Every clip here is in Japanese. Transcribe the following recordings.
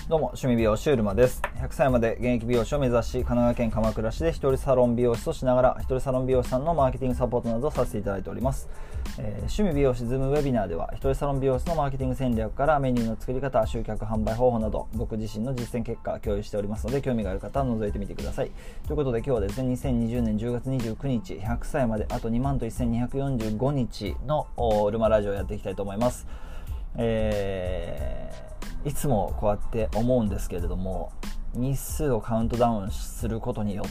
どうも、趣味美容師うるまです。100歳まで現役美容師を目指し、神奈川県鎌倉市で一人サロン美容師としながら、一人サロン美容師さんのマーケティングサポートなどをさせていただいております。趣味美容師ズームウェビナーでは、一人サロン美容師のマーケティング戦略からメニューの作り方、集客販売方法など、僕自身の実践結果を共有しておりますので、興味がある方は覗いてみてください。ということで、今日はですね、2020年10月29日、100歳まであと2万と1245日のうるまラジオをやっていきたいと思います。いつもこうやって思うんですけれども、日数をカウントダウンすることによって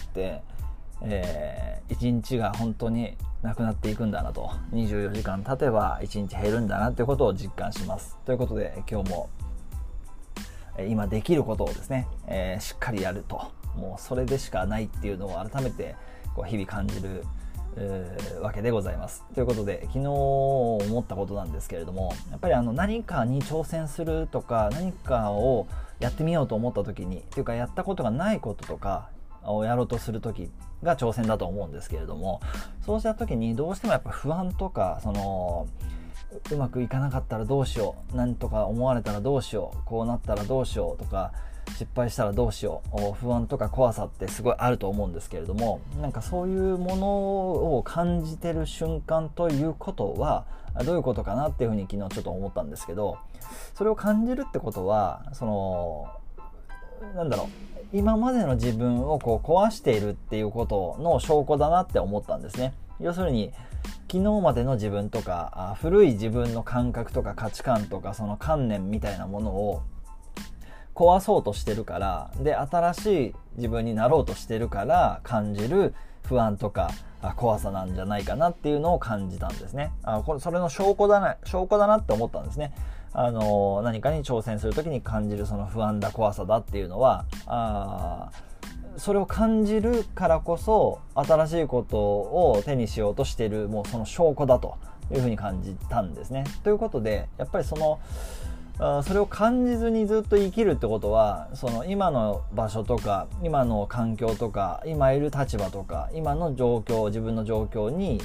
、1日が本当になくなっていくんだなと、24時間経てば1日減るんだなということを実感します。ということで今日も今できることをですね、しっかりやると、もうそれでしかないっていうのを改めてこう日々感じるわけでございます。ということで、昨日思ったことなんですけれども、やっぱり何かに挑戦するとか、何かをやってみようと思った時に、というかやったことがないこととかをやろうとする時が挑戦だと思うんですけれども、そうした時にどうしてもやっぱ不安とか、うまくいかなかったらどうしよう、何とか思われたらどうしよう、こうなったらどうしようとか、失敗したらどうしよう、不安とか怖さってすごいあると思うんですけれども、なんかそういうものを感じてる瞬間ということはどういうことかなっていうふうに昨日ちょっと思ったんですけど、それを感じるってことは今までの自分をこう壊しているっていうことの証拠だなって思ったんですね。要するに昨日までの自分とか古い自分の感覚とか価値観とかその観念みたいなものを壊そうとしてるから、で新しい自分になろうとしてるから感じる不安とか怖さなんじゃないかなっていうのを感じたんですね。それの証拠だなって思ったんですね。何かに挑戦するときに感じるその不安だ怖さだっていうのはそれを感じるからこそ新しいことを手にしようとしている、もうその証拠だというふうに感じたんですね。ということで、やっぱりそれを感じずにずっと生きるってことは、その今の場所とか今の環境とか今いる立場とか今の状況、自分の状況に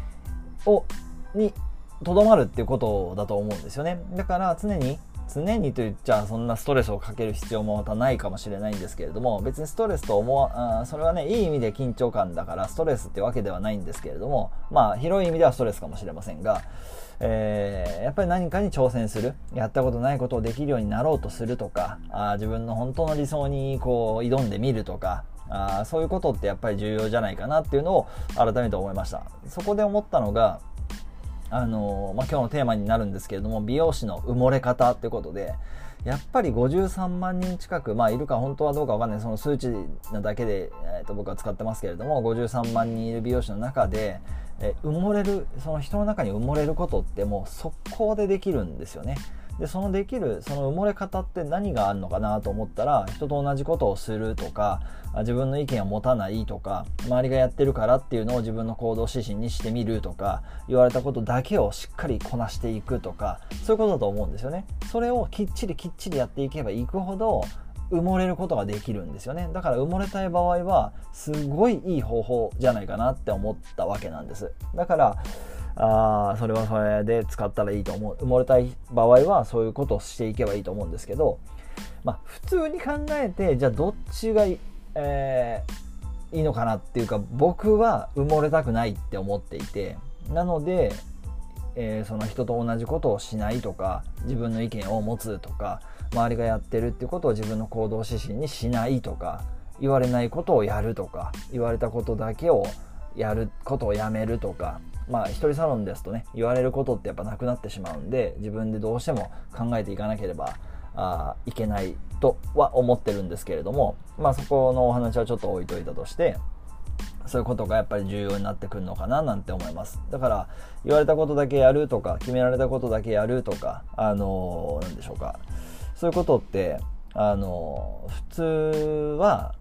とどまるっていうことだと思うんですよね。だから常にと言っちゃそんなストレスをかける必要もまたないかもしれないんですけれども、別にストレスとそれはね、いい意味で緊張感だからストレスってわけではないんですけれども、まあ広い意味ではストレスかもしれませんが、やっぱり何かに挑戦する、やったことないことをできるようになろうとするとか、自分の本当の理想にこう挑んでみるとか、そういうことってやっぱり重要じゃないかなっていうのを改めて思いました。そこで思ったのが今日のテーマになるんですけれども、美容師の埋もれ方ってことで、やっぱり53万人近く、いるか本当はどうかわかんない、その数値なだけで、僕は使ってますけれども、53万人いる美容師の中で、埋もれる、その人の中に埋もれることってもう速攻でできるんですよね。でその埋もれ方って何があるのかなと思ったら、人と同じことをするとか、自分の意見を持たないとか、周りがやってるからっていうのを自分の行動指針にしてみるとか、言われたことだけをしっかりこなしていくとか、そういうことだと思うんですよね。それをきっちりやっていけばいくほど埋もれることができるんですよね。だから埋もれたい場合はすごいいい方法じゃないかなって思ったわけなんです。だからそれはそれで使ったらいいと思う。埋もれたい場合はそういうことをしていけばいいと思うんですけど、普通に考えて、じゃあどっちがいいのかなっていうか、僕は埋もれたくないって思っていて、なので、その人と同じことをしないとか、自分の意見を持つとか、周りがやってるっていうことを自分の行動指針にしないとか、言われないことをやるとか、言われたことだけをやることをやめるとか、一人サロンですとね、言われることってやっぱなくなってしまうんで、自分でどうしても考えていかなければいけないとは思ってるんですけれども、そこのお話はちょっと置いといたとして、そういうことがやっぱり重要になってくるのかななんて思います。だから言われたことだけやるとか、決められたことだけやるとか、なんでしょうか、そういうことって普通は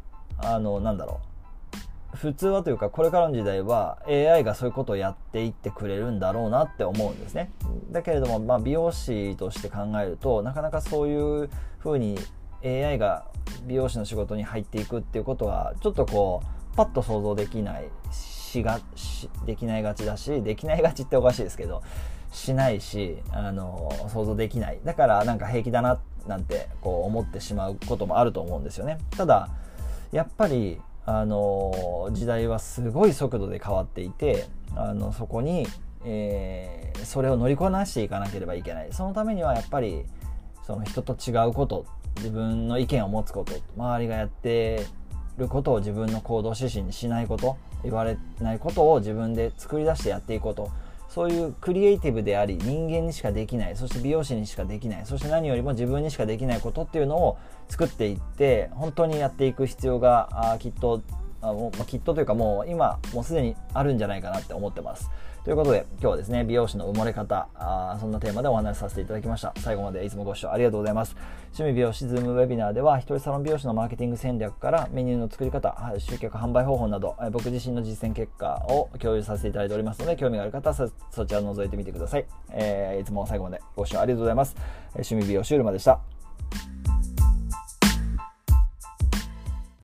普通はというか、これからの時代は AI がそういうことをやっていってくれるんだろうなって思うんですね。だけれども、美容師として考えると、なかなかそういう風に AI が美容師の仕事に入っていくっていうことはちょっとこうパッと想像できないし、 できないがちだし、できないがちっておかしいですけど、しないし、想像できない。だからなんか平気だななんてこう思ってしまうこともあると思うんですよね。ただやっぱり時代はすごい速度で変わっていて、そこに、それを乗りこなしていかなければいけない。そのためにはやっぱりその人と違うこと、自分の意見を持つこと、周りがやってることを自分の行動指針にしないこと、言われないことを自分で作り出してやっていくこと、そういうクリエイティブであり人間にしかできない、そして美容師にしかできない、そして何よりも自分にしかできないことっていうのを作っていって本当にやっていく必要がきっとというかもう今もうすでにあるんじゃないかなって思ってます。ということで今日はですね、美容師の埋もれ方、そんなテーマでお話しさせていただきました。最後までいつもご視聴ありがとうございます。趣味美容師ズームウェビナーでは、一人サロン美容師のマーケティング戦略からメニューの作り方、集客販売方法など、僕自身の実践結果を共有させていただいておりますので、興味がある方はそちらを覗いてみてください。いつも最後までご視聴ありがとうございます。趣味美容師うるまでした。